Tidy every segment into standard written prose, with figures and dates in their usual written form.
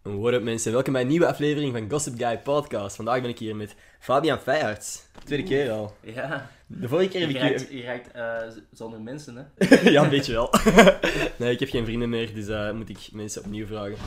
What up mensen, welkom bij een nieuwe aflevering van Gossip Guy Podcast. Vandaag ben ik hier met Fabian Feyerts. Tweede keer al. Ja. De vorige keer heb ik... Je raakt zonder mensen, hè? Ja, een beetje wel. Nee, ik heb geen vrienden meer, dus moet ik mensen opnieuw vragen.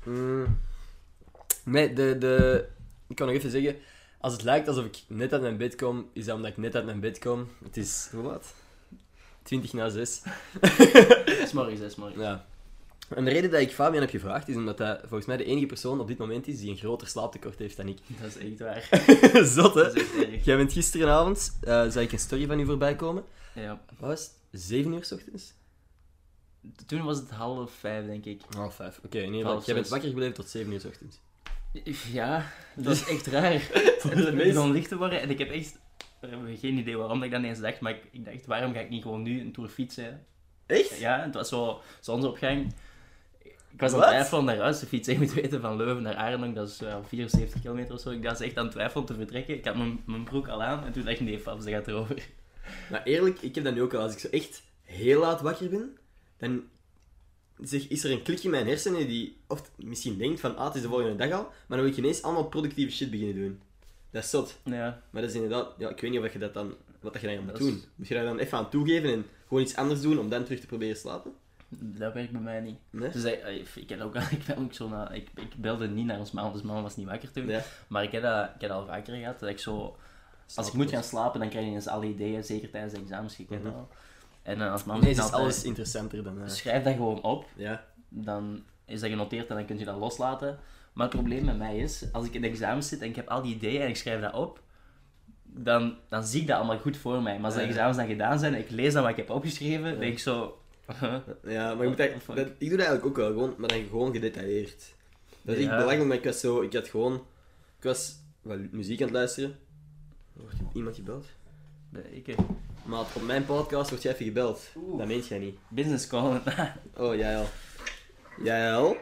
Nee, ik kan nog even zeggen, als het lijkt alsof ik net uit mijn bed kom, is dat omdat ik net uit mijn bed kom. Het is, hoe laat? 20 na 6. S'morgens. Ja. En de reden dat ik Fabian heb gevraagd, is omdat hij volgens mij de enige persoon op dit moment is die een groter slaaptekort heeft dan ik. Dat is echt waar. Zot, hè? Dat is echt erg. Jij bent gisteravond, zag ik een story van u voorbij komen. Ja. Wat was het? 7 uur 's ochtends? Toen was het 4:30, denk ik. 5:30. Oké, in ieder geval. Jij bent wakker gebleven tot 7 uur 's ochtends. Ja, dat is echt raar. Het begon licht te worden en ik heb echt geen idee waarom dat ik dat niet eens dacht, maar ik dacht, waarom ga ik niet gewoon nu een tour fietsen? Echt? Ja, het was zo zonsopgang. Ik was aan Wat? het twijfelen om naar huis te fietsen. Je moet weten, van Leuven naar Arnhem, dat is 74 kilometer of zo. Ik was echt aan het twijfelen om te vertrekken. Ik had mijn broek al aan en toen dacht ik, nee, Fabs, dat gaat erover. Maar eerlijk, ik heb dat nu ook al. Als ik zo echt heel laat wakker ben, dan is er een klik in mijn hersenen die of misschien denkt van, het is de volgende dag al, maar dan wil ik ineens allemaal productieve shit beginnen doen. Dat is zot. Ja. Maar dat is inderdaad, ja, ik weet niet of je dat dan, wat dat je dan moet Dat is- doen. Moet je daar dan even aan toegeven en gewoon iets anders doen om dan terug te proberen slapen? Dat werkt bij mij niet. Nee? Dus ik ben ook zo ik belde niet naar ons mama, dus mama was niet wakker toen. Ja. Maar ik heb dat al vaker gehad, dat ik zo... Als ik moet gaan slapen, dan krijg je eens alle ideeën, zeker tijdens de examens, je kent dat al. En als mama Nee, zegt is altijd, alles interessanter dan... schrijf dat gewoon op, Ja. dan is dat genoteerd en dan kun je dat loslaten. Maar het probleem met mij is, als ik in de examens zit en ik heb al die ideeën en ik schrijf dat op, dan zie ik dat allemaal goed voor mij. Maar als de Ja. examens dan gedaan zijn en ik lees dan wat ik heb opgeschreven, denk ik zo... Ja, maar je moet ik doe dat eigenlijk ook wel, gewoon, maar dan gewoon gedetailleerd. Dat is echt Ja. belangrijk, maar ik was wel muziek aan het luisteren. Wordt iemand gebeld? Ik, Maar op mijn podcast word jij even gebeld. Oeh. Dat meent jij niet. business call. Oh, jij al. Jij al?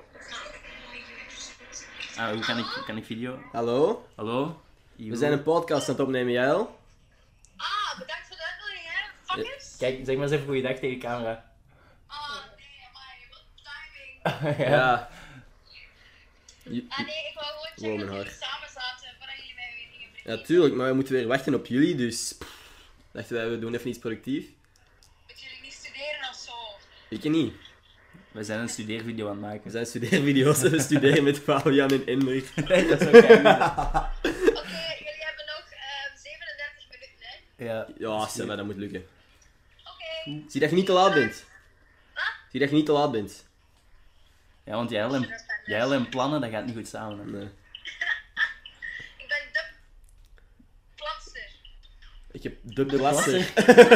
Hoe kan ik video? Hallo? Hallo? We zijn een podcast aan het opnemen, jij al? Bedankt voor de uitnodiging, hè? Fuckers. Kijk, zeg maar eens even goeiedag tegen de camera. Nee, maar wat timing. Ja. Nee, ik wou gewoon Wow, mijn checken of haar. jullie samen zaten voordat jullie mij weer gingen Ja, vergeten. tuurlijk, maar we moeten weer wachten op jullie, dus... Dachten wij, we doen even iets productief. Moeten jullie niet studeren of zo? Ik niet. We zijn een studeervideo aan het We maken. zijn studeervideo's, we studeren met Fabian en Enmer. Dat is ook eigenlijk. Oké, jullie hebben nog 37 minuten, hè? Ja. Ja, zeg maar, dat moet lukken. Oké. Zie dat je niet te laat bent. Zie dat je niet te laat bent. Ja, want jij en plannen, dat gaat niet goed samen. Hè. Nee. Ik ben de platster. Ik heb de laster.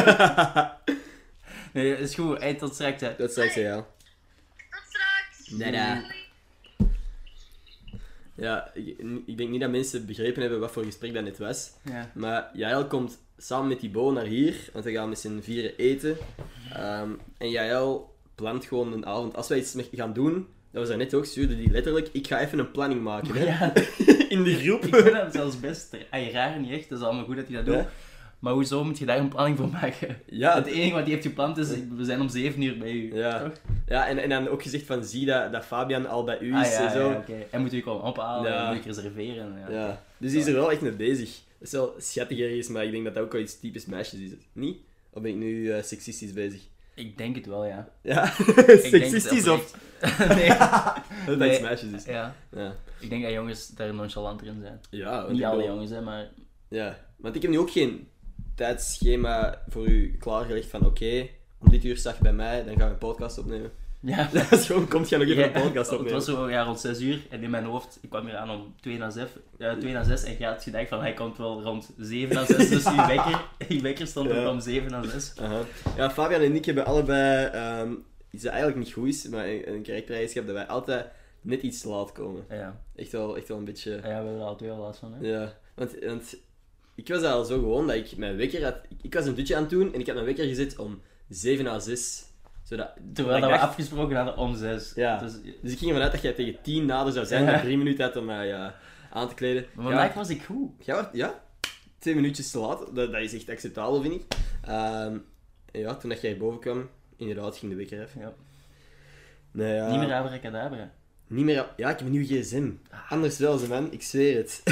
Nee, is goed. Hey, tot straks, hè. Dat zei ze, ja. Tot straks. Dada. Doei. Ja, ik denk niet dat mensen begrepen hebben wat voor gesprek dat net was. Ja. Maar Jael komt samen met die Bo naar hier, want we gaan met z'n vieren eten. En Jael plant gewoon een avond. Als wij iets gaan doen, dat was daar net ook, stuurde die letterlijk, ik ga even een planning maken, hè. Ja. In de groep. Ik vind dat zelfs best raar niet echt. Dat is allemaal goed dat hij dat doet. Ja. Maar hoezo moet je daar een planning voor maken? Ja, Het enige wat hij heeft gepland is, we zijn om 7 uur bij u. Ja. Toch? Ja, en dan ook gezegd van, zie dat Fabian al bij u is Ja, en zo. ja, oké. En moet u komen ophalen, Ja. moet ik reserveren. Ja. Ja, dus die is er wel echt mee bezig. Dat is wel schattig ergens, maar ik denk dat dat ook wel iets typisch meisjes is. Niet? Of ben ik nu seksistisch bezig? Ik denk het wel, ja. Ja? Ik denk het Seksistisch of oprecht. Nee. dat Nee. iets meisjes is? Ja. Ja. Ik denk dat jongens daar nonchalanter in zijn. Ja, want Niet ik alle bedoel- jongens, hè, maar... Ja, want ik heb nu ook geen tijdschema voor u klaargelegd van oké, om dit uur sta je bij mij, dan gaan we een podcast opnemen. Ja. Dat is gewoon, komt jij nog even een podcast Het opnemen. was zo rond 6 uur en in mijn hoofd, ik kwam hier aan om 2 na 6 en je had gedacht van hij komt wel rond 7 na 6, dus die wekker stond Ja. ook om 7 na 6. Aha. Ja, Fabian en ik hebben allebei iets dat eigenlijk niet goed is, maar een karaktereigenschap dat wij altijd net iets te laat komen. Ja. Echt wel een beetje... Ja, we hebben er al 2 last van, hè. Ja, want ik was al zo gewoon dat ik mijn wekker had... Ik was een dutje aan het doen en ik had mijn wekker gezet om 7 na 6. Zodat, Terwijl dat dat ik we dacht- afgesproken hadden om 6. Ja. Dus, Dus ik ging ervan uit dat jij tegen 10 nader zou zijn, Ja. dat 3 minuten had om mij aan te kleden. maar vandaag was ik goed. Ja, 2 minuutjes te laat. Dat is echt acceptabel, vind ik. En ja, toen dat jij boven kwam, inderdaad ging de wekker even. Ja. Nee, ja. Niet meer abracadabra. Niet meer... Ja, ik heb een nieuwe gsm. Anders wel, ze man. Ik zweer het.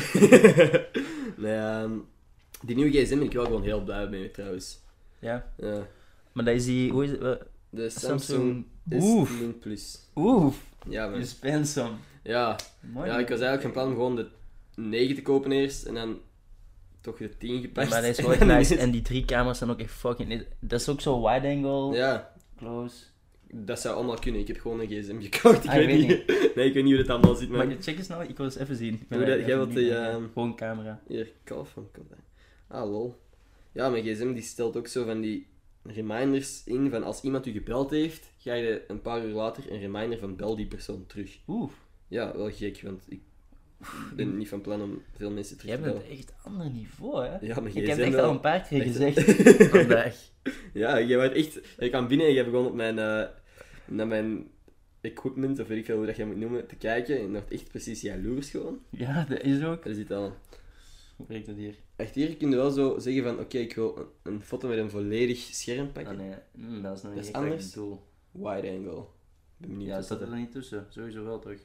Nee, die nieuwe gsm ben ik wel gewoon heel blij mee, trouwens. Ja. Ja. Maar dat is die... Hoe is het? De Samsung S10 Plus. Oef. Ja, man. Je spent hem. Ja. Mooi. Ja, ik was eigenlijk van plan om gewoon de 9 te kopen eerst. En dan toch de 10 gepakt. Maar dat is wel echt nice. En die 3 camera's zijn ook echt fucking... Dat is ook zo wide angle. Ja, Close. dat zou allemaal kunnen. Ik heb gewoon een gsm gekocht. Ik Ah, weet ik weet niet. Nee, ik weet niet hoe dat allemaal zit, man. Maar check eens nou, ik wil eens even zien. Ik ben Hoe dat- even jij wilt benieuwd die, naar- ehm, Gewoon camera. Hier, call van contact. Ah, lol. Ja, mijn gsm die stelt ook zo van die reminders in van als iemand u gebeld heeft, ga je een paar uur later een reminder van bel die persoon terug. Oef. Ja, wel gek, want ik ben niet van plan om veel mensen terug Jij te bent bellen. echt ander niveau, hè? Ja, mijn Ik heb gsm het echt wel. al een paar keer Echt, gezegd vandaag. Ja, je wordt echt... Je kan binnen en je hebt gewoon op mijn... naar mijn equipment, of weet ik veel hoe dat je moet noemen, te kijken. En je wordt echt precies jaloers gewoon. Ja, dat is ook. Er zit al... Hoe werkt dat hier? Echt hier kun je wel zo zeggen van, oké, ik wil een foto met een volledig scherm pakken. Ah nee, dat is nog Dat niet is echt wat ik anders. bedoel. Wide angle. Ben benieuwd Ja, wat staat dat er dan niet tussen? Sowieso wel toch?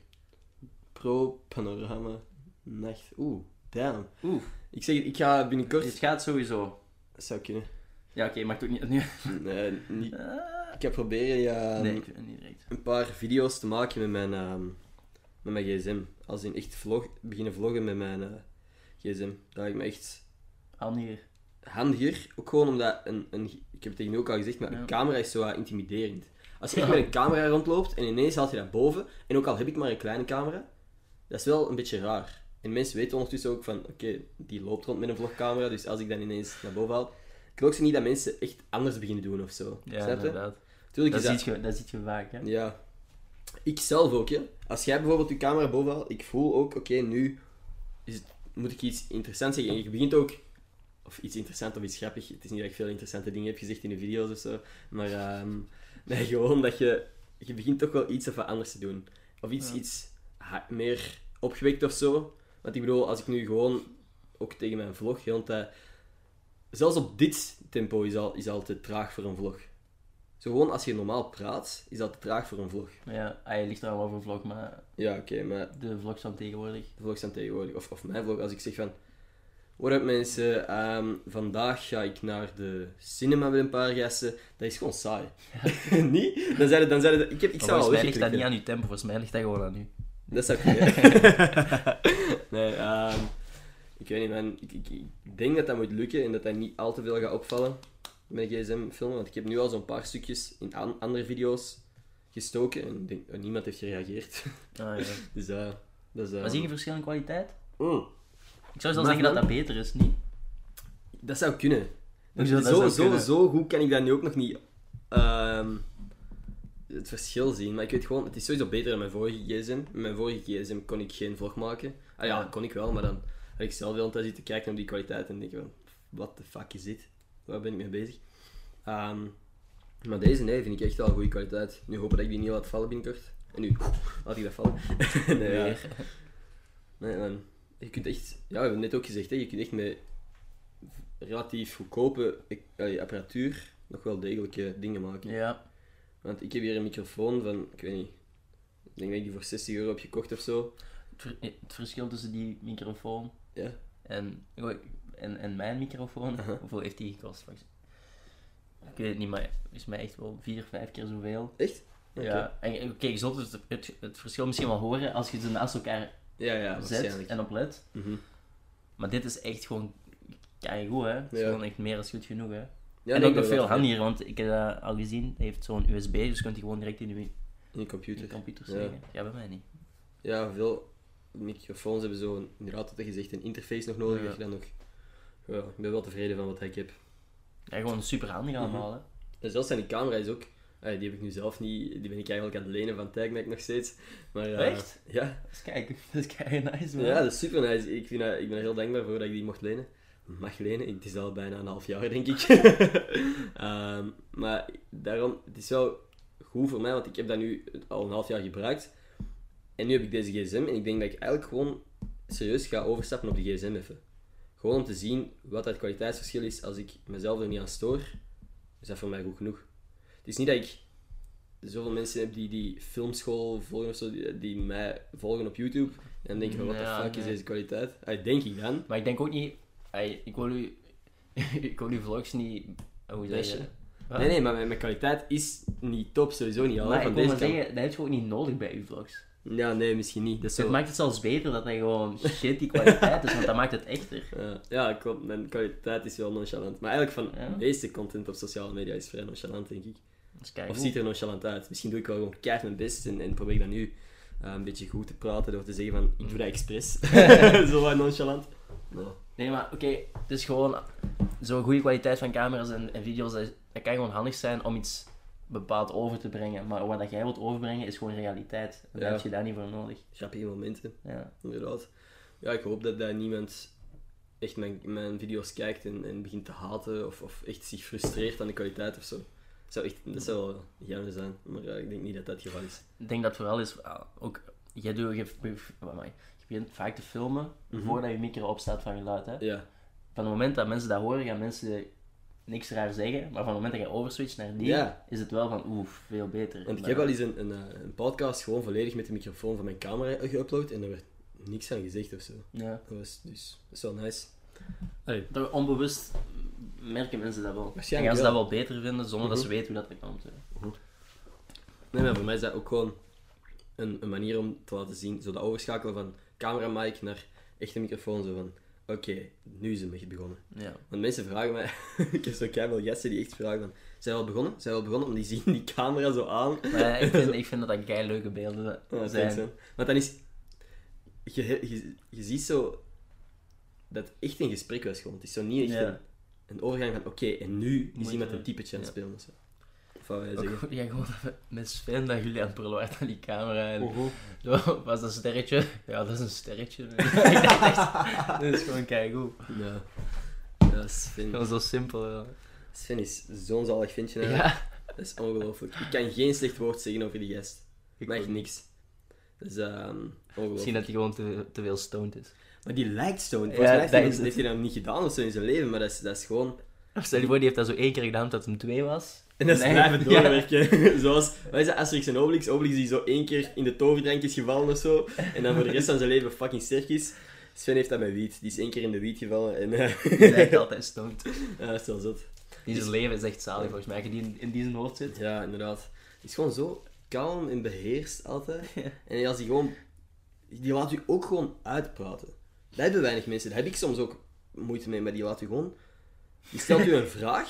Pro, panorama, nacht. Oeh, damn. Oef. Ik zeg, ik ga binnenkort... Het gaat sowieso. Dat zou kunnen. Ja, oké, maakt ook niet... Nu. Nee, niet... Ah. Ik ga proberen Nee, ik vind het niet direct. een paar video's te maken met mijn gsm. Als in echt beginnen vloggen met mijn gsm. Dat lijkt me echt Handiger. handiger. Ook gewoon omdat ik heb het tegen u ook al gezegd, maar Ja. een camera is zo wat intimiderend. Als je echt met een camera rondloopt en ineens haalt je dat boven, en ook al heb ik maar een kleine camera, dat is wel een beetje raar. En mensen weten ondertussen ook van, oké, die loopt rond met een vlogcamera, dus als ik dan ineens naar boven haal, ik wil ook zo niet dat mensen echt anders beginnen doen of zo. Ja, Snap je? inderdaad. Tuurlijk Dat is ziet je vaak, hè? Ja. Ik zelf ook, hè. Als jij bijvoorbeeld je camera boven haalt, ik voel ook, oké, nu moet ik iets interessants zeggen. En je begint ook... Of iets interessant of iets grappig. Het is niet dat ik veel interessante dingen heb gezegd in de video's of zo. Maar nee, gewoon dat je begint toch wel iets of wat anders te doen. Of iets meer opgewekt of zo. Want ik bedoel, als ik nu gewoon, ook tegen mijn vlog, heel de tijd... Zelfs op dit tempo is al te traag voor een vlog. Zo gewoon, als je normaal praat, is dat te traag voor een vlog. Ja, je ligt er al over een vlog, maar Ja, oké, maar de vlogs van tegenwoordig. de vlogs zijn tegenwoordig, of mijn vlog, als ik zeg van... What up mensen, vandaag ga ik naar de cinema met een paar gasten. Dat is gewoon saai. Niet? Dan zeiden ik Maar zou al volgens mij ligt dat niet weggeklikt aan je tempo, volgens mij ligt dat gewoon aan u. Dat zou kunnen. Nee, ik weet niet man. Ik denk dat dat moet lukken en dat dat niet al te veel gaat opvallen met gsm filmen. Want ik heb nu al zo'n paar stukjes in andere video's gestoken en ik denk, niemand heeft gereageerd. Ah, ja. Dus dat is... Maar zie je verschil in kwaliteit? Mm. Ik zou zelfs Maar zeggen dat man- dat beter is, niet? Dat zou kunnen. Hoezo dat zou kunnen? Zo goed kan ik dat nu ook nog niet het verschil zien. Maar ik weet gewoon, het is sowieso beter dan mijn vorige gsm. Met mijn vorige gsm kon ik geen vlog maken. Ah ja, Ja. kon ik wel, maar dan had ik zelf heel de tijd zitten kijken naar die kwaliteit en denk van, what the fuck is dit? Waar ben ik mee bezig? Maar deze, nee, vind ik echt wel goede kwaliteit. Nu hopen dat ik die niet laat vallen binnenkort. En nu laat ik dat vallen. Nee, ja. Weer. Nee, man. Je kunt echt... Ja, we hebben net ook gezegd, hè, je kunt echt met relatief goedkope apparatuur nog wel degelijke dingen maken. Ja. Want ik heb hier een microfoon van, ik weet niet, ik denk dat ik die voor €60 heb gekocht of zo. Het verschil tussen die microfoon Ja. en mijn microfoon, Aha. hoeveel heeft die gekost? Ik weet het niet, maar is mij echt wel 4, 5 keer zoveel. Echt? Oké. Ja, en oké, je zult het verschil misschien wel horen als je ze naast elkaar Ja, zet waarschijnlijk. en op let. Mhm. Maar dit is echt gewoon keigoed, hè. Het is Ja. gewoon echt meer dan goed genoeg, hè. Ja, en nee, ook nog ik veel wel. handiger, want ik heb dat al gezien. Hij heeft zo'n USB, dus je kunt die gewoon direct in je In je computer. computer Ja. steken. Ja, bij mij niet. Ja, veel microfoons hebben zo, inderdaad wat je gezegd, een interface nog nodig. Ja. Dat je dan nog... Ja, ik ben wel tevreden van wat ik heb. Ja, gewoon super handig allemaal, hè. En zelfs zijn die camera's ook... die heb ik nu zelf niet... Die ben ik eigenlijk aan het lenen van Tagmac nog steeds. Maar, Echt? Ja. Dat is kei nice, man. Ja, dat is super nice. Ik ben er heel dankbaar voor dat ik die mocht lenen. Mag lenen. Het is al bijna een half jaar, denk ik. Maar daarom... Het is wel goed voor mij, want ik heb dat nu al een half jaar gebruikt. En nu heb ik deze gsm en ik denk dat ik eigenlijk gewoon serieus ga overstappen op die gsm even. Gewoon om te zien wat het kwaliteitsverschil is als ik mezelf er niet aan stoor. Is dat voor mij goed genoeg. Het is niet dat ik zoveel mensen heb die filmschool volgen of zo, die mij volgen op YouTube. En dan denk je van, what the fuck is deze kwaliteit? Denk ik dan. Maar ik denk ook niet... Ik wil uw vlogs niet... Hoe zeg je? Wat? Nee, maar mijn kwaliteit is niet top, sowieso niet. Maar ik van wil maar deze kant. zeggen, dat heb je ook niet nodig bij uw vlogs. Ja, nee, misschien niet. Dat is Het zo... maakt het zelfs beter dat hij gewoon shit die kwaliteit is, want dat maakt het echter. Ja, klopt. Mijn kwaliteit is wel nonchalant. Maar eigenlijk van Ja. de meeste content op sociale media is vrij nonchalant, denk ik. Dat is keigoed. Of ziet er nonchalant uit. Misschien doe ik wel gewoon keihard mijn best en probeer ik dan nu een beetje goed te praten door te zeggen van, ik doe dat expres. Zo wat nonchalant. No. Nee, maar oké, het is gewoon zo'n goede kwaliteit van camera's en video's, dat kan gewoon handig zijn om iets bepaald over te brengen. Maar wat dat jij wilt overbrengen is gewoon realiteit. En daar Ja. heb je daar niet voor nodig. Grappige momenten, Ja. inderdaad. Ja, ik hoop dat niemand echt mijn video's kijkt en begint te haten of echt zich frustreert aan de kwaliteit of zo. Dat zou wel jammer zijn, maar ik denk niet dat dat het geval is. Ik denk dat het vooral is, ook, je begint vaak te filmen voordat je micro opstaat van geluid. Hè? Ja, Van het moment dat mensen dat horen, gaan mensen niks raar zeggen. Maar van het moment dat je overswitcht naar die, Ja. is het wel van, veel beter. want ik heb wel eens een podcast gewoon volledig met de microfoon van mijn camera geüpload en er werd niks aan gezegd of zo. Ja. Dat is wel nice. Allee, Door onbewust merken mensen dat wel. En Waarschijnlijk gaan ze dat wel. wel beter vinden, zonder dat ze weten hoe dat komt. Hè. nee, maar voor mij is dat ook gewoon een manier om te laten zien, zo dat overschakelen van camera mic naar echte microfoon, zo van, oké, nu is het echt begonnen. Ja. Want mensen vragen mij, ik heb zo keiveel gasten die echt vragen van, zijn we al begonnen? Zijn we al begonnen? Omdat die zien die camera zo aan. Maar ik vind dat kei leuke beelden Ja, zijn. thanks, man. Want dan is, je ziet zo, dat het echt een gesprek was gewoon. Het is zo niet echt Ja. een overgang van, oké, en nu is Moet iemand je- een typetje aan het ja. spelen of zo. Of wat wij Ook zeggen. goed, ja, gewoon met Sven dat jullie aan het prullen waren aan die camera. En zo, was dat een sterretje? Ja, dat is een sterretje. Ik dacht echt, dat is gewoon keigoed. Ja. Ja, Sven. Gewoon zo simpel. Ja. Sven is zo'n zalig ventje. Hè. Ja. Dat is ongelooflijk. Ik kan geen slecht woord zeggen over die gast. Maar echt ook. niks. Dat is ongelooflijk. Misschien dat hij gewoon te veel stoned is. Maar die lijkt stoned. Ja, Volgens mij dat heeft is hij, heeft hij dat niet gedaan of zo in zijn leven, maar dat is gewoon... Stel je voor, die heeft dat zo 1 keer gedaan dat hem 2 was. En dat is Nee. blijven Ja. doorwerken. Zoals, wat is dat, Asterix en Obelix? Obelix die zo 1 keer in de toverdrank is gevallen of zo, en dan voor de rest van zijn leven fucking sterk is. Sven heeft dat met wiet. Die is 1 keer in de wiet gevallen en... Die lijkt altijd stoned. ja, dat is wel zot. Die zijn leven is echt zalig volgens mij. Als je die in die zijn hoofd zit. Ja, inderdaad. Die is gewoon zo kalm en beheerst altijd. En als die gewoon... Die laat u ook gewoon uitpraten. Dat hebben weinig mensen. Daar heb ik soms ook moeite mee, maar die laat u gewoon... Die stelt u een vraag.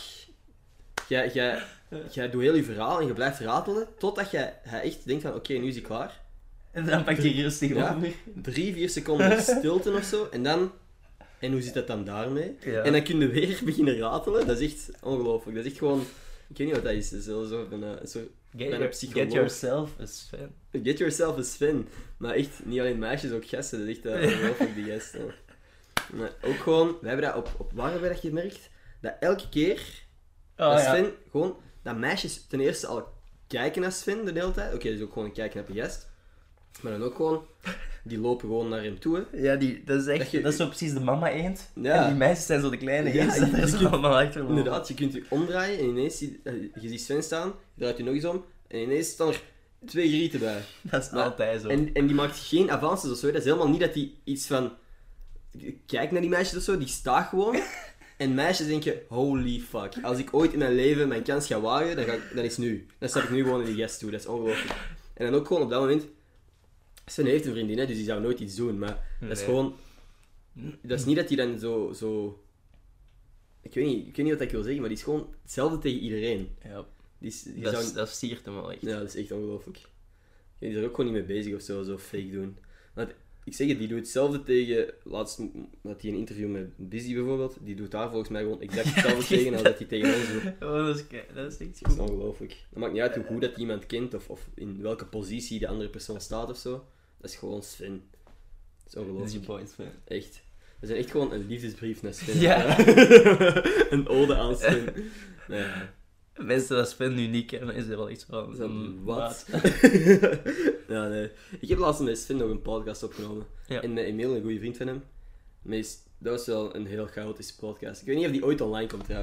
Jij doet heel je verhaal en je blijft ratelen, totdat hij echt denkt van, oké, nu is hij klaar. En dan pakt hij rustig Ja. over. 3-4 seconden stilte of zo, en dan... En hoe zit dat dan daarmee? Ja. En dan kun je weer beginnen ratelen. Dat is echt ongelooflijk. Dat is echt gewoon... Ik weet niet wat dat is. Dat is wel zo van een soort... bijna psycholoog. Get yourself a Sven. Get yourself a Sven. Maar echt, niet alleen meisjes, ook gasten. Dat is echt ongelooflijk, die gasten. Maar ook gewoon... We hebben dat waar hebben we dat gemerkt? Dat elke keer... dat Sven gewoon... Dat meisjes ten eerste al kijken naar Sven de hele tijd. Oké, dus ook gewoon een kijken naar de gast. Maar dan ook gewoon... Die lopen gewoon naar hem toe, hè. Ja, dat is echt... Dat je- Dat is zo precies de mama-eend. Ja. En die meisjes zijn zo de kleine Ja, eends. Dat je er zo kunt- allemaal achter lopen. Inderdaad, je kunt je omdraaien en ineens je ziet Sven staan, je draait je nog eens om en ineens staan er 2 grieten bij. Dat is Maar- altijd zo. En die maakt geen avances of zo. Dat is helemaal niet dat hij iets van... Kijk naar die meisjes of zo, die staat gewoon. En meisjes denken, holy fuck. Als ik ooit in mijn leven mijn kans ga wagen, dan is het nu. Dan stap ik nu gewoon in die gast toe. Dat is ongelooflijk. En dan ook gewoon op dat moment... Sven heeft een vriendin, hè, dus die zou nooit iets doen, maar dat is Nee. gewoon... Dat is niet dat hij dan zo... Ik weet niet wat ik wil zeggen, maar die is gewoon hetzelfde tegen iedereen. Ja, Die dat, zou... dat siert hem wel echt. Ja, dat is echt ongelooflijk. Die is er ook gewoon niet mee bezig of zo fake doen. Want ik zeg het, die doet hetzelfde tegen... Laatst had hij een interview met Busy bijvoorbeeld. Die doet daar volgens mij gewoon exact hetzelfde tegen als dat hij tegen ons doet. Oh, dat is echt Dat is goed. ongelooflijk. Het maakt niet uit hoe goed dat iemand kent of in welke positie de andere persoon staat of zo. Dat is gewoon Sven. Dat is Dat is je ongelooflijk. boys, man. Echt. We zijn echt gewoon een liefdesbrief naar Sven. Ja. Een ode aan Sven. Nee. Mensen dat Sven nu niet kennen, is er wel iets van... Wat? Ja, nee. Ik heb laatst met Sven nog een podcast opgenomen. Ja. En met Emil, een goede vriend van hem. Dat was wel een heel chaotische podcast. Ik weet niet of die ooit online komt trouwens.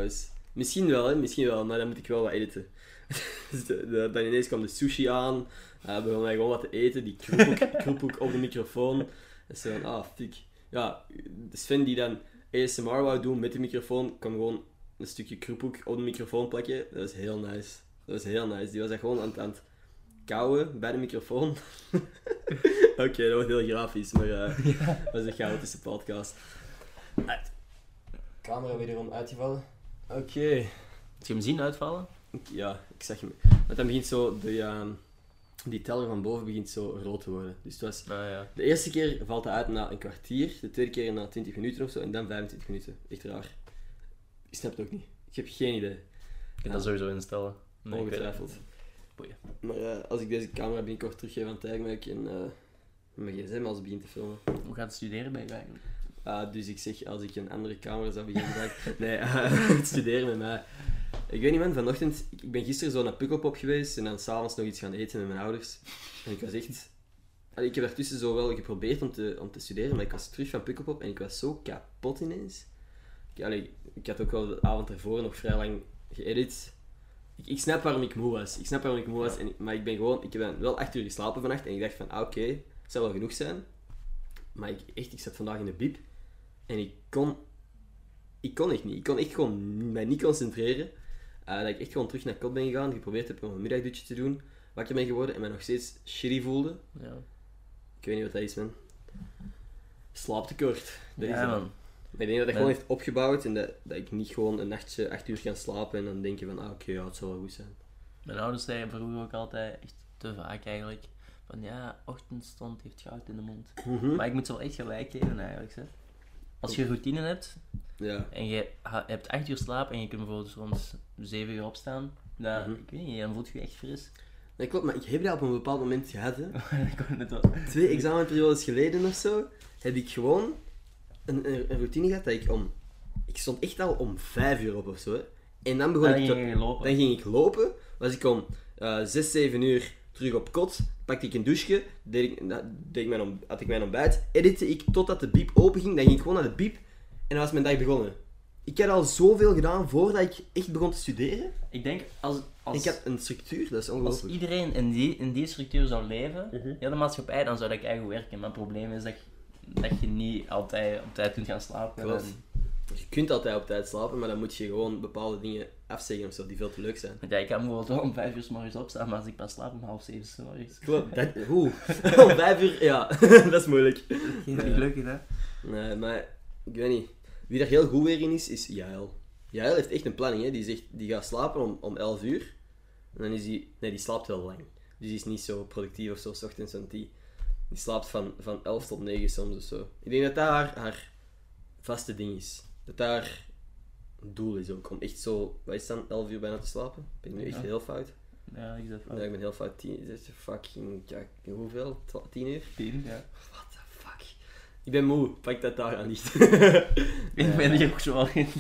Misschien wel, maar dan moet ik wel wat editen. Dus dan ineens kwam de sushi aan, begon mij gewoon wat te eten, die kroephoek op de microfoon. En zo van, fuck. Ja, de Sven die dan ASMR wou doen met de microfoon, kwam gewoon een stukje kroephoek op de microfoon plakken. Dat was heel nice. Die was echt gewoon aan het kauwen bij de microfoon. Oké, dat wordt heel grafisch, maar dat was een chaotische podcast. Camera wederom uitgevallen. Oké. Heb je hem zien uitvallen? Ja, ik zag hem. Want dan begint zo, die teller van boven begint zo rood te worden. Dus het was, de eerste keer valt hij uit na een kwartier, de tweede keer na 20 minuten of zo, en dan 25 minuten. Echt raar. Ik snap het ook niet. Ik heb geen idee. Ik kan dat sowieso instellen. Nee, ongetwijfeld. Boeien. Maar als ik deze camera binnenkort teruggeef aan Tijgmerk en mijn gsm als ik begin te filmen. Hoe gaat het studeren bij je eigenlijk? Dus ik zeg, als ik een andere camera zou beginnen gebruiken... Nee, het studeren met mij. Ik weet niet man, vanochtend... Ik ben gisteren zo naar Pukkelpop geweest en dan s'avonds nog iets gaan eten met mijn ouders. En ik was echt... Ik heb daartussen zo wel geprobeerd om te studeren, maar ik was terug van Pukkelpop en ik was zo kapot ineens. Ik had ook wel de avond ervoor nog vrij lang geëdit. Ik snap waarom ik moe was. Maar ik heb dan wel 8 uur geslapen vannacht en ik dacht van, oké, het zou wel genoeg zijn. Maar ik zat vandaag in de bib en ik kon echt niet. Ik kon echt gewoon mij niet concentreren. Dat ik echt gewoon terug naar kot ben gegaan, geprobeerd heb om een middagdutje te doen, wakker ben geworden en mij nog steeds shitty voelde. Ja. Ik weet niet wat dat is, man. Slaaptekort. Dat is man. Maar ik denk dat dat gewoon heeft opgebouwd en dat ik niet gewoon een nachtje 8 uur kan slapen en dan denk je van, oké, het zal wel goed zijn. Mijn ouders zeiden vroeger ook altijd, echt te vaak eigenlijk, van ja, ochtendstond heeft goud in de mond. Maar ik moet ze wel echt gelijk geven eigenlijk. Hè. Als je routine hebt en je hebt 8 uur slaap en je kunt bijvoorbeeld rond 7 uur opstaan, dan, ik weet niet, dan voelt je je echt fris. Nee, klopt, maar ik heb dat op een bepaald moment gehad. Hè. Ik kon het wel. 2 examenperiodes geleden of zo, heb ik gewoon een routine gehad dat ik stond echt al om 5 uur op of zo. Hè. En dan begon dan ging ik lopen. Was ik om 6, 7 uur terug op kot. Pakte ik een douche. Had ik mijn ontbijt. Editte ik totdat de biep open ging. Dan ging ik gewoon naar de biep. En dan was mijn dag begonnen. Ik had al zoveel gedaan voordat ik echt begon te studeren. Ik denk, als ik had een structuur, dat is ongelooflijk. Als iedereen in die structuur zou leven, de maatschappij, dan zou dat eigenlijk werken. Maar het probleem is dat je niet altijd op tijd kunt gaan slapen. Klopt. Je kunt altijd op tijd slapen, maar dan moet je gewoon bepaalde dingen afzeggen of zo, die veel te leuk zijn. Ja, ik kan bijvoorbeeld wel om 5 uur 's morgens opstaan, maar als ik pas slaap om 6:30 's morgens. Klopt. Om 5 uur, ja, dat is moeilijk. Geen geluk in, hè? Nee, maar ik weet niet. Wie daar heel goed weer in is Jael. Jael heeft echt een planning, hè. Die zegt, die gaat slapen om 11 uur. En dan is die slaapt wel lang. Dus die is niet zo productief of zo, 's ochtends, want die slaapt van 11 tot 9 soms of zo. Ik denk dat dat haar vaste ding is. Dat dat haar doel is ook, om echt zo, wat is het dan, 11 uur bijna te slapen? Ben ik nu echt heel fout? Ja, ik zeg fout. Ja, ik ben heel fout. 10, fucking, ja, hoeveel? 10 uur? 10, ja. What the fuck? Ik ben moe, pak dat daar aan niet. Ik ben hier ook zo al in.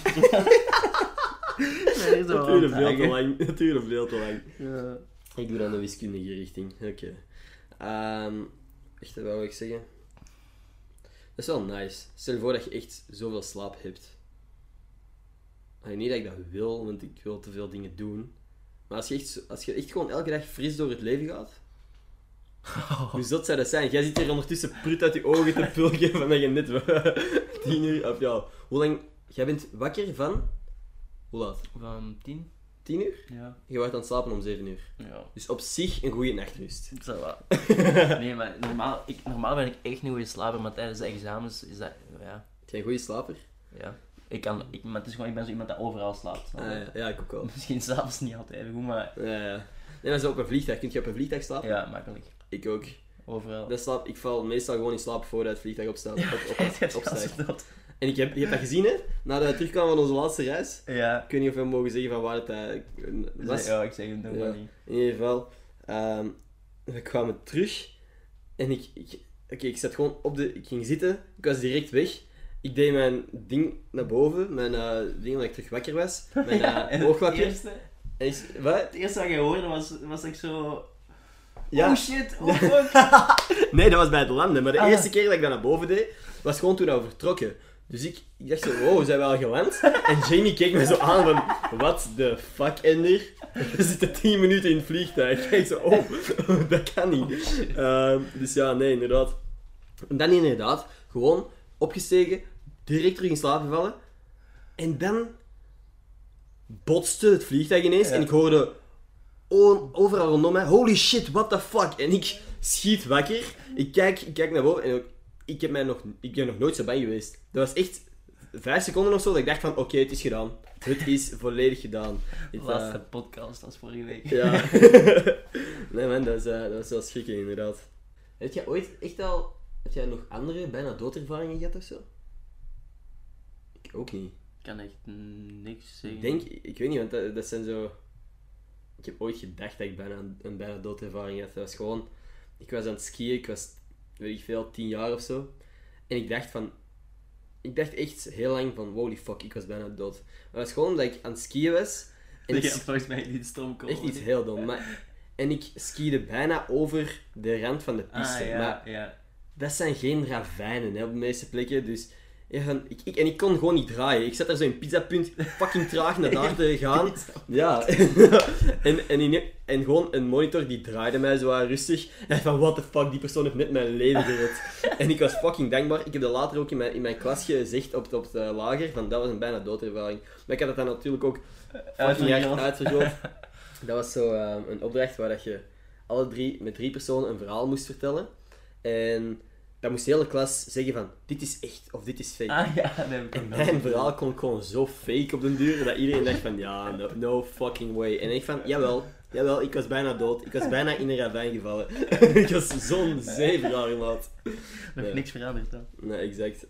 Dat duurde veel te lang. Ja. Ik doe dan de wiskundige richting. Oké. Echt, wat wil ik zeggen? Dat is wel nice. Stel je voor dat je echt zoveel slaap hebt. Niet dat ik dat wil, want ik wil te veel dingen doen. Maar als je echt gewoon elke dag fris door het leven gaat... Hoe zot zou dat zijn? Jij zit hier ondertussen prut uit je ogen te pulken van dat je net 10 uur... Of ja, hoe lang... Jij bent wakker van... Hoe laat? Van 10. 10 uur? Ja. Je wordt aan het slapen om 7 uur. Ja. Dus op zich een goede nachtrust. Zo wat. Nee, maar normaal ben ik echt een goede slaper, maar tijdens de examens is dat... Ja. Ben je een goede slaper? Ja. Maar het is gewoon, ik ben zo iemand dat overal slaapt. Ja, ik ook wel. Misschien s'avonds niet altijd even goed, maar... Ja. Nee, maar zo op een vliegtuig. Kun je op een vliegtuig slapen? Ja, makkelijk. Ik ook. Overal. Ik val meestal gewoon in slaap voordat het vliegtuig opstijgt. Dat. En je hebt dat gezien, hè? Nadat we terugkwamen van onze laatste reis. Ja. Ik weet niet of we mogen zeggen van waar het was. Ja, ik zeg het nog maar niet. In ieder geval, we kwamen terug. En ik zat gewoon ik ging zitten. Ik was direct weg. Ik deed mijn ding naar boven. Mijn ding omdat ik terug wakker was. Mijn oogwapje. Wat? Het eerste wat je hoorde was ik zo... Ja. Oh shit, oh fuck. Nee, dat was bij het landen. Maar de eerste keer dat ik dat naar boven deed, was gewoon toen we vertrokken. Dus ik dacht zo, wow, zijn we al geland? En Jamie keek me zo aan van, what the fuck, Ender? We zitten 10 minuten in het vliegtuig. Ik zo, dat kan niet. Dus ja, nee, inderdaad. En dan inderdaad, gewoon opgestegen, direct terug in slaap gevallen. En dan botste het vliegtuig ineens en ik hoorde overal rondom mij, holy shit, what the fuck? En ik schiet wakker, ik kijk naar boven en ik ben nog nooit zo bang geweest. Dat was echt 5 seconden of zo dat ik dacht van, oké, het is gedaan. Het is volledig gedaan. Laatste podcast als vorige week. Ja. Nee man, dat was wel schrikken inderdaad. Heb jij ooit echt al... Heb jij nog andere bijna doodervaringen gehad of zo? Ik ook niet. Ik kan echt niks zeggen. Ik weet niet, want dat zijn zo... Ik heb ooit gedacht dat ik een bijna doodervaring had. Dat was gewoon... Ik was aan het skiën, ik was, weet ik veel, 10 jaar of zo. En ik dacht echt heel lang van, holy fuck, ik was bijna dood. Maar het was gewoon omdat ik aan het skiën was. En je hebt volgens mij niet stom komen. Echt iets heel dom. En ik skiede bijna over de rand van de piste. Maar dat zijn geen ravijnen hè, op de meeste plekken, dus... Ik kon gewoon niet draaien. Ik zat daar zo in pizzapunt fucking traag naar daar te gaan. Ja. en gewoon een monitor die draaide mij zo rustig. En van, what the fuck, die persoon heeft net mijn leven gered. En ik was fucking dankbaar. Ik heb dat later ook in mijn klas gezegd op het lager. Van, dat was een bijna doodervaring. Maar ik had het dan natuurlijk ook fucking erg uitvergroot. Dat was zo een opdracht waar dat je met 3 personen een verhaal moest vertellen. En... dan moest de hele klas zeggen van, dit is echt of dit is fake. En mijn verhaal kon gewoon zo fake op den duur, dat iedereen dacht van, ja, no fucking way. En ik van, jawel, ik was bijna dood. Ik was bijna in een ravijn gevallen. Ik was zo'n zeevraar, maat. Nog niks veranderd dan. Nee, exact.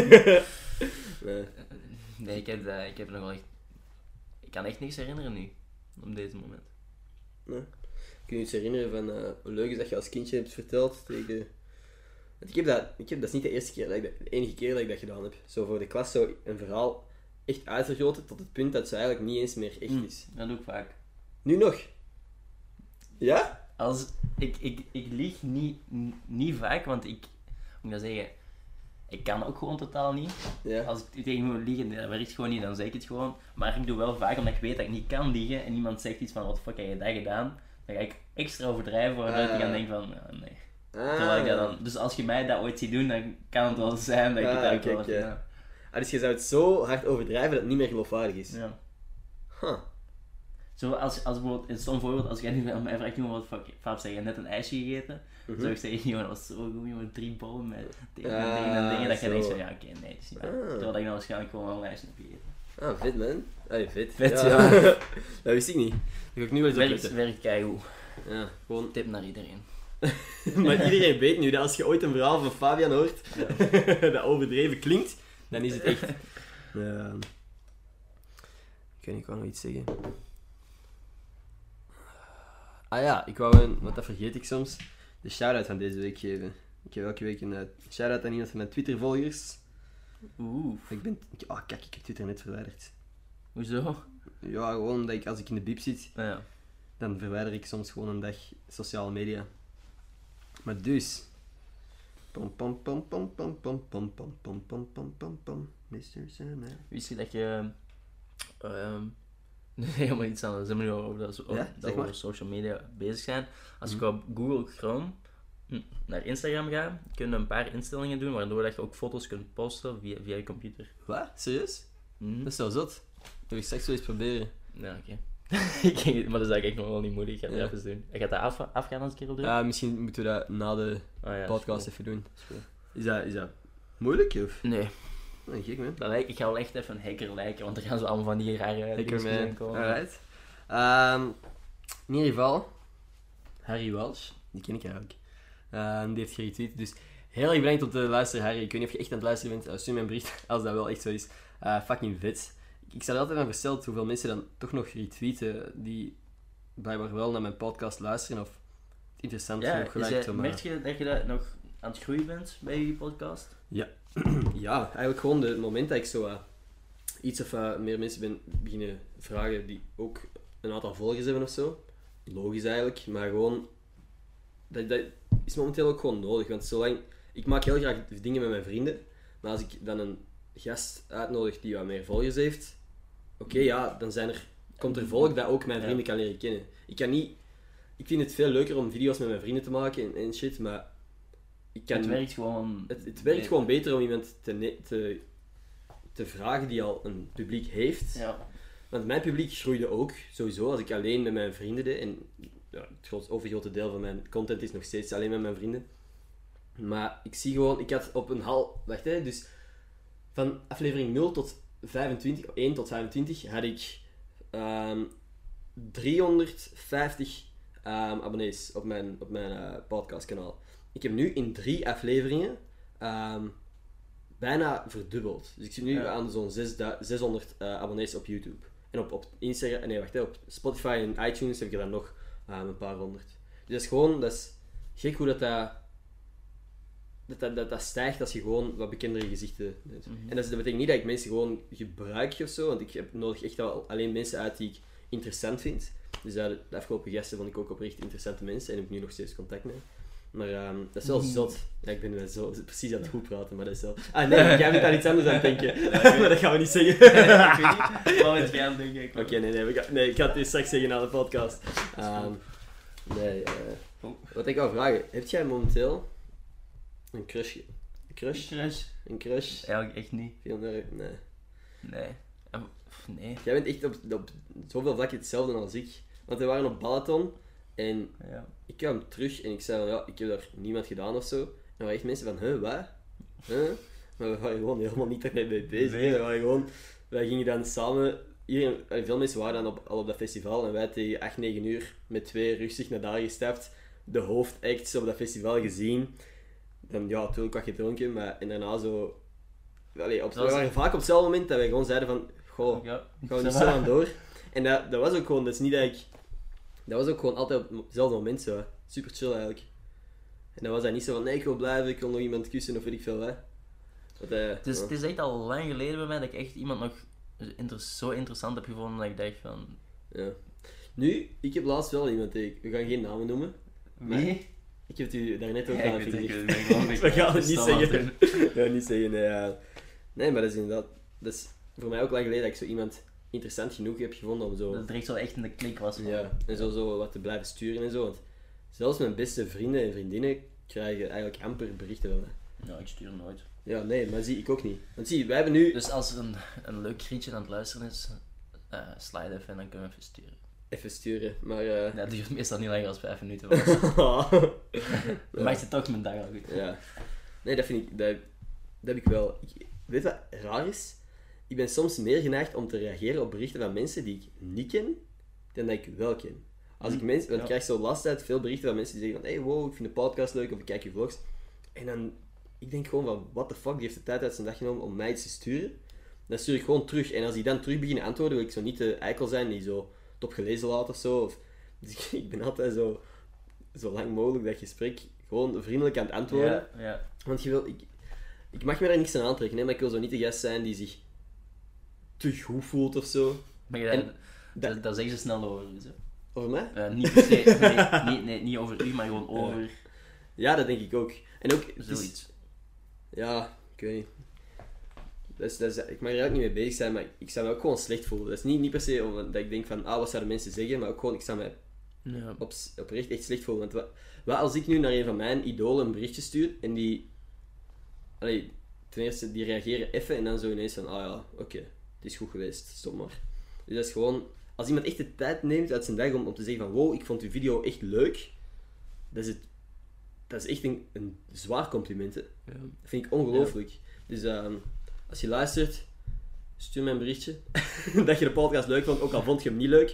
Nee, ik heb nog wel echt... Ik kan echt niks herinneren nu, op deze moment. Nee. Kun je iets herinneren van hoe leuk is dat je als kindje hebt verteld tegen... Dat is niet de eerste keer, de enige keer dat ik dat gedaan heb. Zo voor de klas zo een verhaal echt uitvergroten tot het punt dat het zo eigenlijk niet eens meer echt is. Dat doe ik vaak. Nu nog? Ja? Ik lieg niet vaak, want hoe moet ik dat zeggen? Ik kan ook gewoon totaal niet. Ja. Als ik tegen iemand liegen, dat werkt gewoon niet, dan zeg ik het gewoon. Maar ik doe wel vaak, omdat ik weet dat ik niet kan liegen en iemand zegt iets van, wat fuck heb je dat gedaan? Dan ga ik extra overdrijven, waardoor ik dan denk van, nee. Terwijl ik dat dan... Dus als je mij dat ooit ziet doen, dan kan het wel zijn dat ik het ook wel heb gedaan. Dus je zou het zo hard overdrijven dat het niet meer geloofwaardig is? Ja. Huh. Zo als bijvoorbeeld, een stom voorbeeld, als jij nu aan mij vraagt, wat fuck, Fab, zeg je net een ijsje gegeten? Zou ik zeggen, jongen, dat was zo goed, jongen, 3 bollen met dingen en dingen, dat je denkt van, ja, oké, nee, het is niet waar. Terwijl ik dan waarschijnlijk gewoon wel een ijsje heb gegeten. Ah, vet man. Vet, ja. Dat wist ik niet. Dat ga ik nu wel eens opletten. Werkt keigoed. Ja, gewoon... Tip naar iedereen. Maar iedereen weet nu dat als je ooit een verhaal van Fabian hoort, dat overdreven klinkt, dan is het echt... Ik weet niet, ik wou nog iets zeggen. Ah ja, want dat vergeet ik soms, de shout-out van deze week geven. Ik heb elke week een shout-out aan iemand van mijn Twitter-volgers. Kijk, ik heb Twitter net verwijderd. Hoezo? Ja, gewoon omdat als ik in de biep zit, ja. Dan verwijder ik soms gewoon een dag sociale media. Maar dus... Mr. Sandman. Wist je dat je... helemaal iets anders. We nu over over social media bezig zijn. Als je op Google Chrome naar Instagram gaat, kun je een paar instellingen doen, waardoor dat je ook foto's kunt posten via je computer. Wat? Serieus? Dat is zo zot. Dat wil ik straks wel eens proberen. Ja, oké. Maar dat is eigenlijk nog wel niet moeilijk. Ik ga het even doen. Ik ga dat afgaan als een keer op doen. Misschien moeten we dat na de podcast even doen. Is dat moeilijk, of? Nee. Nee, gek man. Ik ga wel echt even een hacker lijken, want er gaan zo allemaal van die rare dingen komen. Alright. In ieder geval, Harry Walsh, die ken ik eigenlijk. Die heeft geretweet, dus heel erg bedankt om te luisteren, Harry. Ik weet niet of je echt aan het luisteren bent. Stuur me een bericht als dat wel echt zo is. Fucking vet. Ik sta er altijd aan versteld hoeveel mensen dan toch nog retweeten die blijkbaar wel naar mijn podcast luisteren of het interessant genoeg lijkt. Merk je dat je nog aan het groeien bent bij je podcast? Ja. Ja, eigenlijk gewoon het moment dat ik zo iets of meer mensen ben beginnen vragen die ook een aantal volgers hebben of zo. Logisch eigenlijk, maar gewoon dat is momenteel ook gewoon nodig, want zolang ik maak heel graag dingen met mijn vrienden, maar als ik dan gast uitnodigt die wat meer volgers heeft, oké, ja, dan komt er volk dat ook mijn vrienden kan leren kennen. Ik vind het veel leuker om video's met mijn vrienden te maken en shit, maar het werkt gewoon... Het werkt gewoon beter om iemand te vragen die al een publiek heeft. Ja. Want mijn publiek groeide ook, sowieso, als ik alleen met mijn vrienden deed. En ja, het overgrote deel van mijn content is nog steeds alleen met mijn vrienden. Maar ik zie gewoon, ik had op een wacht hè, dus van aflevering 0 tot 25, 1 tot 25, had ik 350 abonnees op mijn podcastkanaal. Ik heb nu in 3 afleveringen bijna verdubbeld. Dus ik zit nu aan zo'n 600 abonnees op YouTube. En op Instagram, op Spotify en iTunes heb ik er dan nog een paar honderd. Dus dat is gek hoe dat stijgt als je gewoon wat bekendere gezichten doet. Mm-hmm. En dat betekent niet dat ik mensen gewoon gebruik of zo, want ik nodig echt wel alleen mensen uit die ik interessant vind. Dus de afgelopen gasten vond ik ook oprecht interessante mensen en heb ik nu nog steeds contact mee. Maar dat is wel zot. Ja, ik ben wel zo precies aan het goed praten, maar dat is wel... Ah nee, jij bent aan iets anders aan het denken. Maar dat gaan we niet zeggen. Ik weet niet wat jij aan het denken. Oké, nee, ik ga het eerst straks zeggen na de podcast. Wat ik wou vragen, heb jij momenteel een crush? Een crush? Eigenlijk echt niet. Veel meer? Nee. Nee. Jij bent echt op zoveel vlakken hetzelfde als ik. Want we waren op Balaton en ik kwam terug en ik zei van, ik heb daar niemand gedaan of zo. En er waren echt mensen van, wat? Maar we waren gewoon helemaal niet daarmee bezig. Nee. Wij gingen dan samen, veel mensen waren dan al op dat festival en wij tegen 8, 9 uur met 2 rustig naar daar gestapt. De hoofdacts op dat festival gezien. Dan natuurlijk wat gedronken, maar en daarna zo... we waren vaak op hetzelfde moment dat wij gewoon zeiden van, gaan we niet zo aan door. En dat was ook gewoon, dat is niet dat ik... Dat was ook gewoon altijd op hetzelfde moment zo. Super chill eigenlijk. En dan was dat niet zo van, nee, ik wil blijven, ik wil nog iemand kussen of weet ik veel wat. Het is echt al lang geleden bij mij dat ik echt iemand nog zo interessant heb gevonden dat ik dacht van... Ja. Nu, ik heb laatst wel iemand tegen. We gaan geen namen noemen. Wie? Ik heb het u daarnet ook aan gezegd. We gaan het niet zeggen. We gaan het niet zeggen, nee, maar dat is inderdaad... Dat is voor mij ook lang geleden dat ik zo iemand interessant genoeg heb gevonden om zo... Dat het direct zo echt in de klik was. Ja, en zo wat te blijven sturen en zo. Want zelfs mijn beste vrienden en vriendinnen krijgen eigenlijk amper berichten van mij. Ja, ik stuur nooit. Ja, nee, maar ik ook niet. Want zie, wij hebben nu... Dus als er een leuk grietje aan het luisteren is, slide even en dan kunnen we even sturen. Even sturen, maar... Ja, dat duurt meestal niet langer dan 5 minuten. Dan maakt het toch mijn dag al goed. Ja. Nee, dat vind ik... Dat heb ik wel... Weet wat raar is? Ik ben soms meer geneigd om te reageren op berichten van mensen die ik niet ken, dan dat ik wel ken. Als ik mensen... Want ik krijg zo de laatste tijd veel berichten van mensen die zeggen van hey, wow, ik vind de podcast leuk, of ik kijk je vlogs. En dan... Ik denk gewoon van, what the fuck, die heeft de tijd uit zijn dag genomen om mij iets te sturen. Dan stuur ik gewoon terug. En als die dan terug beginnen antwoorden, wil ik zo niet de eikel zijn die zo top gelezen laat of zo. Dus ik ben altijd zo lang mogelijk dat gesprek gewoon vriendelijk aan het antwoorden. Ja. Want je wil... Ik mag me daar niks aan aantrekken, hè, maar ik wil zo niet de gast zijn die zich te goed voelt of zo. Maar dat zeggen ze snel over u, hè? Over mij? Niet per se, niet over u, maar gewoon over... Ja, dat denk ik ook. En ook... Zoiets. Ja, ik weet niet. Ik mag er ook niet mee bezig zijn, maar ik zou me ook gewoon slecht voelen. Dat is niet per se dat ik denk van, wat zouden mensen zeggen, maar ook gewoon, ik zou me oprecht echt slecht voelen. Want wat als ik nu naar een van mijn idolen een berichtje stuur, en die... ten eerste, die reageren even, en dan zo ineens van, oké, het is goed geweest, stop maar. Dus dat is gewoon... Als iemand echt de tijd neemt uit zijn dag om te zeggen van, wow, ik vond uw video echt leuk, dat is echt een zwaar compliment, hè. Ja. Dat vind ik ongelooflijk. Ja. Dus als je luistert, stuur mij een berichtje. Dat je de podcast leuk vond, ook al vond je hem niet leuk.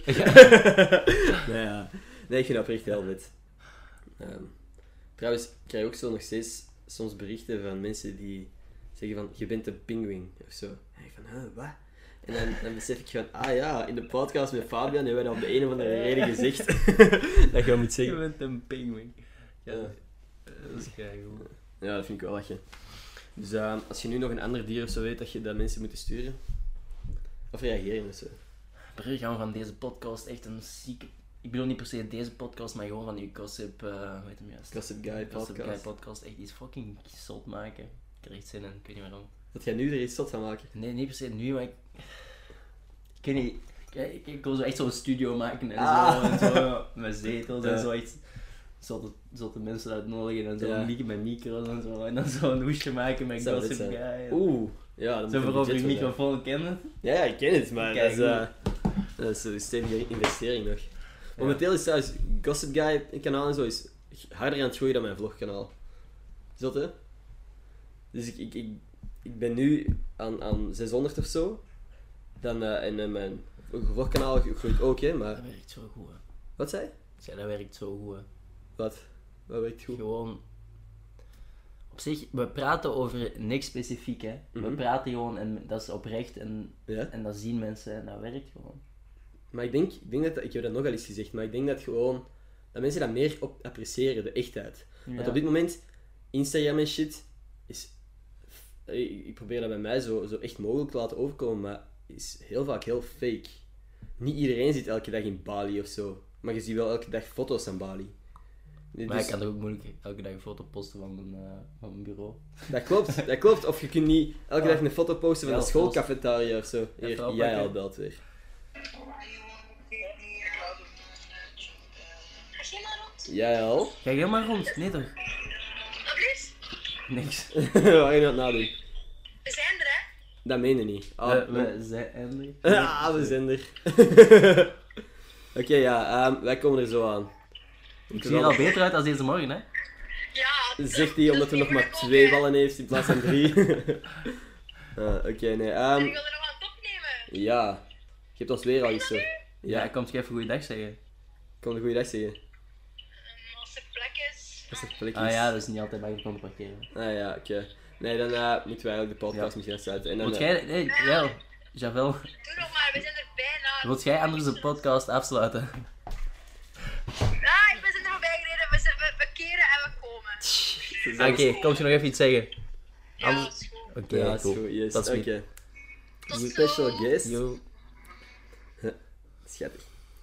Ja. Nee, ik vind dat oprecht heel vet. Trouwens, ik krijg ook zo nog steeds soms berichten van mensen die zeggen van, je bent een pinguïn, of zo. En ik van, wat? En dan besef ik van, in de podcast met Fabian hebben wij dat op de een of andere reden gezegd. Dat je moet zeggen. Je bent een pinguïn. Ja. Dat is goed. Ja, dat vind ik wel lachen. Dus als je nu nog een ander dier of zo weet dat mensen moeten sturen, of reageren of zo. Brugge gaan we van deze podcast echt een zieke... Ik bedoel niet per se deze podcast, maar gewoon van uw Gossip... hoe heet hem juist? Gossip Guy podcast. Gossip Guy podcast. Echt iets fucking zot maken. Ik krijg echt zin in, ik weet niet waarom. Dat jij nu er iets zot van maken? Nee, niet per se nu, maar ik weet niet. Ik wil zo echt zo'n studio maken en zo met zetels en zo echt zotte mensen uitnodigen en zo met micro's en zo. En dan zo'n hoesje maken met Gossip Guy. Oeh, ja. Dan zo voor over je microfoon kennen. Ja, ik ken het, maar dat is een stevige investering nog. Momenteel is trouwens Gossip Guy kanaal en zo is harder aan het groeien dan mijn vlogkanaal. Zot, hè? Dus ik ben nu aan 600 of zo. Dan en mijn vlogkanaal groeit ook, hè, maar... Dat werkt zo goed, hè. Wat zei je? Ja, dat werkt zo goed, hè. Wat werkt goed? Gewoon... Op zich, we praten over niks specifiek, hè. We praten gewoon en dat is oprecht en dat zien mensen en dat werkt gewoon. Maar ik denk dat... Ik heb dat nog al eens gezegd, maar ik denk dat gewoon... Dat mensen dat meer appreciëren, de echtheid. Ja. Want op dit moment, Instagram en shit, is... Ik probeer dat bij mij zo echt mogelijk te laten overkomen, maar is heel vaak heel fake. Niet iedereen zit elke dag in Bali of zo. Maar je ziet wel elke dag foto's van Bali. Maar ik kan toch ook moeilijk elke dag een foto posten van mijn bureau. Dat klopt. Of je kunt niet elke dag een foto posten van de schoolcafetaria of zo. Hier, jij al belt weer. Jij al? Ga je maar rond? Nee toch? Wat is? Niks. Waar je aan het nadoen? We zijn er, hè? Dat meen je niet. We zijn er. Ja, we zijn er. Oké, wij komen er zo aan. Ik zie er al beter uit als deze morgen, hè? Ja. Zegt hij omdat hij nog maar 2 ballen heeft in plaats van 3. Oké, nee. Ik wil er nog aan het opnemen. Ja. Je hebt ons weer al iets zo. Ja, ik kom je even goeiedag zeggen. Ik kom een goeiedag zeggen. Als er plek is. Als er plek is. Ah ja, dat is niet altijd bij je parkeren. Ah ja, oké. Nee, dan moeten wij ook de podcast misschien sluiten. En dan, Wilt jij... Nee, Javel. Doe nog maar, we zijn er bijna. Wilt jij anders de podcast afsluiten? Ja, we zijn er voorbij gereden. We keren en we komen. Oké, kom je nog even iets zeggen? Ja, dat is goed. Oké, ja, dat is cool. goed. Yes. Dat is Oké. Tot zo. Special guest. Yo. Schattig.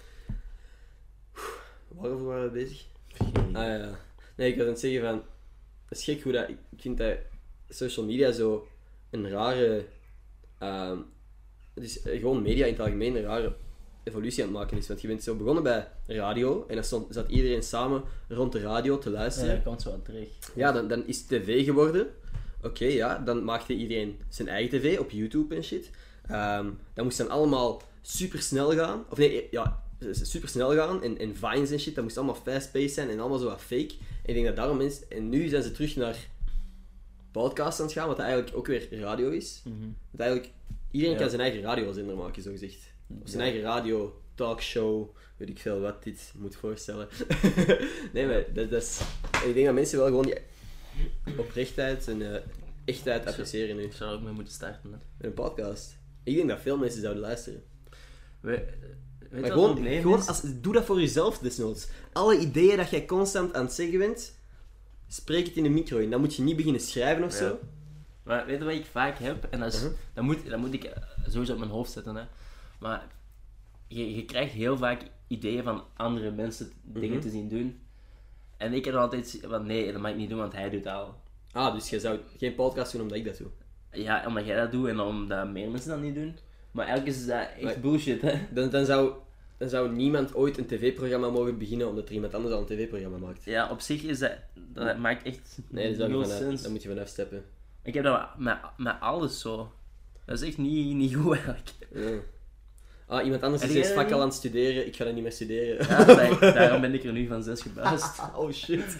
Waarover waren we bezig? Ja. Nee, ik was aan het zeggen van... Het is gek hoe dat... Ik vind dat social media zo een rare... het is gewoon media in het algemeen een rare evolutie aan het maken is. Want je bent zo begonnen bij radio en dan zat iedereen samen rond de radio te luisteren. Ja, komt zo aan terecht. Ja, dan is het tv geworden. Oké, dan maakte iedereen zijn eigen tv op YouTube en shit. Dat moest dan allemaal super snel gaan. Of nee, ja, super snel gaan. En vines en shit, dat moest allemaal fast-paced zijn en allemaal zo wat fake. En ik denk dat daarom mensen... En nu zijn ze terug naar podcasts aan het gaan, wat eigenlijk ook weer radio is. Want eigenlijk, iedereen kan zijn eigen radiozender maken, zo gezegd. Of zijn eigen radio, talkshow, weet ik veel wat dit moet voorstellen. Nee, maar dat is... Ik denk dat mensen wel gewoon die oprechtheid en echtheid appreciëren nu. Ik zou er ook mee moeten starten, hè. Met een podcast. Ik denk dat veel mensen zouden luisteren. Weet Maar wat gewoon, het probleem is? doe dat voor jezelf desnoods. Alle ideeën dat jij constant aan het zeggen bent, spreek het in de micro in. Dan moet je niet beginnen schrijven of zo. Maar weet je wat ik vaak heb? En dat is, dat moet ik sowieso op mijn hoofd zetten, hè. Maar je krijgt heel vaak ideeën van andere mensen dingen te zien doen. En ik heb dan altijd van nee, dat mag ik niet doen, want hij doet dat al. Ah, dus jij zou geen podcast doen omdat ik dat doe? Ja, omdat jij dat doet en omdat meer mensen dat niet doen. Maar eigenlijk is dat echt bullshit, hè. Dan zou niemand ooit een tv-programma mogen beginnen omdat er iemand anders al een tv-programma maakt. Ja, op zich is dat maakt echt Nee, nul sens. daar moet je vanaf steppen. Ik heb dat met alles zo. Dat is echt niet goed eigenlijk. Ja. Ah, iemand anders is eerst vak al aan het studeren, ik ga dat niet meer studeren. Ja, daarom ben ik er nu van 6 gebuist. Oh shit.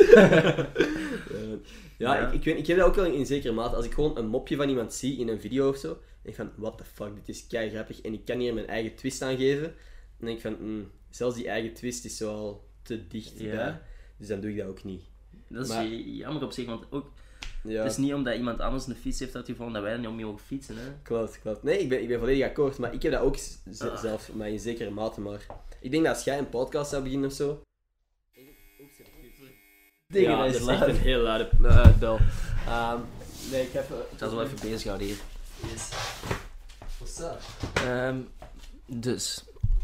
Ik heb dat ook wel in zekere mate. Als ik gewoon een mopje van iemand zie in een video of zo, denk ik van, what the fuck, dit is kei grappig en ik kan hier mijn eigen twist aan geven. Dan denk ik van, zelfs die eigen twist is zo al te dichtbij. Dus dan doe ik dat ook niet. Dat is jammer op zich, want ook... Ja. Het is niet omdat iemand anders een fiets heeft uitgevonden dat wij er niet om mogen fietsen, hè. Klopt. Nee, ik ben volledig akkoord, maar ik heb dat ook zelf, maar in zekere mate. Maar ik denk dat als jij een podcast zou beginnen of zo... Ja, dat is echt luid. een heel luide bel. Nee, ik heb... Ik zal ze wel even bezighouden hier. Yes. What's up? Dus.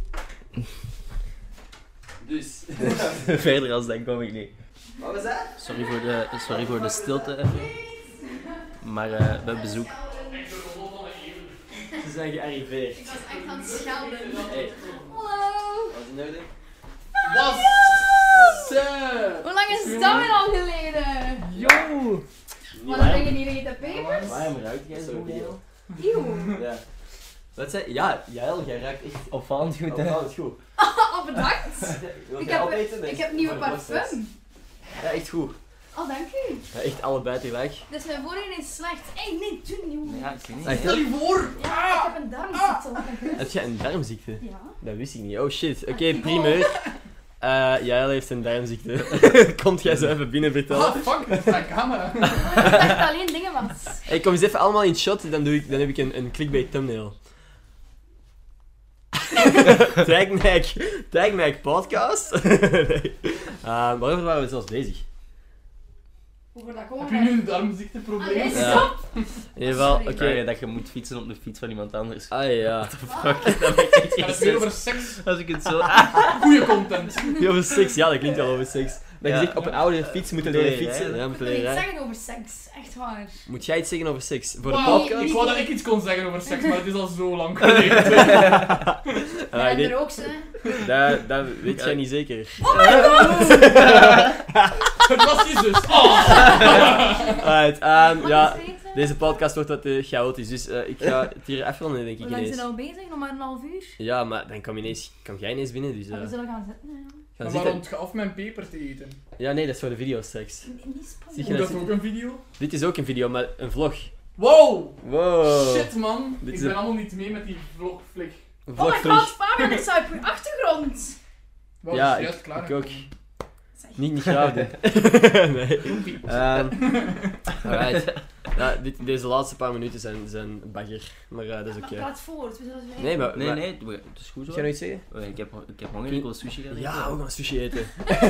Dus. Verder als dat kom ik niet. Wat was dat? Sorry voor de stilte even. Maar we hebben bezoek. echt de rol van een eeuw. Ze zijn gearriveerd. Ik was echt aan het schelden. Hey, Hallo. wat is het nou doen? What's up? Hoe lang is dat weer al geleden? Yo! Maar dan ben je niet eten pepers? Waarom ruikt jij zo veel? Eeuw. Ja. Wat zei? Ja, Jael, jij ruikt echt Opvallend goed, hè? opvallend goed. Oh, bedankt. Wil Ik jij heb, opeten? Nee, ik heb nieuwe voor de podcast. parfum. Ja, echt goed. Oh, dank u. Ja, echt allebei tegelijk. Dus mijn voorin is slecht. Hé, nee, doe niet. Ja, ik weet niet. Echt? Stel je voor! Ja, ik heb een darmziekte. Heb jij een darmziekte? Ja. Dat wist ik niet. Oh shit. Oké, primeur. Jael heeft een darmziekte. Komt jij zo even binnen vertellen? Ah, fuck, dat is mijn camera. Ik dacht dat het alleen dingen was. Hey, kom eens even allemaal in shot, dan heb ik een clickbait thumbnail. Tag Mac podcast. Nee. Waarover waren we zelfs bezig? Hoe dat Heb komen? je nu een darmziekteprobleem? Allee, Ja. stop. In ieder geval, Sorry. oké. Dat je moet fietsen op de fiets van iemand anders. Ah ja. Fuck, dat maakt echt Gaat geen het weer over sens. seks? Als ik het zo... Goeie content. Ja, over seks. Ja, dat klinkt wel over seks. Dat je Ja. zegt op een oude fiets moeten leren Leren fietsen. rijden. Ja, Ik moeten wil leren iets rijden. zeggen over seks. Echt waar. Moet jij iets zeggen over seks? Voor de Wauw, podcast? ik wou dat ik iets kon zeggen over seks, maar het is al zo lang geleden. Ah, En dit- er ook, ze. dat weet jij niet zeker. Het was je zus. Oh. Alright, Mag ja. ik eens eten? Deze podcast wordt wat chaotisch, dus ik ga het hier afronden, denk ik Hoe lang ineens. zijn we al bezig? Nog maar een half uur? Ja, maar dan kom jij ineens binnen, dus We zullen gaan zitten. Ja. gaan Maar zitten. waarom ga af mijn peper te eten? Ja, nee, dat is voor de video straks. Niet Zie Hoe je dat dat ook een video? Dit is ook een video, maar een vlog. Wow! Wow. Shit man, Dit ik is ben een- allemaal niet mee met die vlogflik. Een Oh my vlogvlieg. god, Fabian, ik sta op uw achtergrond. Wow, Ja, is juist ik klaar. ook. Zeg. Niet graag doen. Nee. Alright. Ja, deze laatste paar minuten zijn bagger, maar dat is Maar oké. praat voort. We zullen zo Nee, maar... Nee, maar- nee, het is goed zo. Ga je nog iets zeggen? Ik heb honger, ik wil sushi gaan eten. Ja, we gaan sushi eten.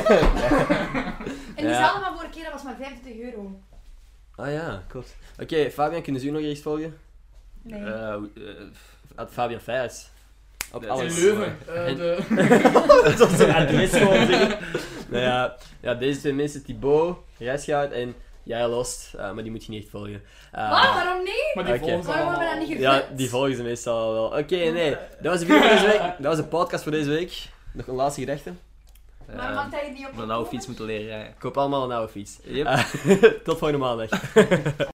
En diezelfde van vorige keer, dat was maar €25. Ah ja, klopt. Oké, Fabian, kunnen ze u nog eens volgen? Nee. At Fabian Feijers. Op Dat is In alles. Leuven. En- Dat is een adres gewoon zeggen. Nou ja, deze twee mensen, Thibaut, Rijsgaard en Jij Lost, maar die moet je niet echt volgen. Wat? Waarom niet? Maar die Oké. volgen ze Waarom hebben we allemaal. dat niet Ja, gefilmd? die volgen ze meestal wel. Oké, nee, dat was de video voor deze week. Dat was de podcast voor deze week. Nog een laatste gedachte. Waarom mag hij niet op Een oude fiets moeten leren rijden. Koop allemaal een oude fiets. Yep. Tot volgende maandag.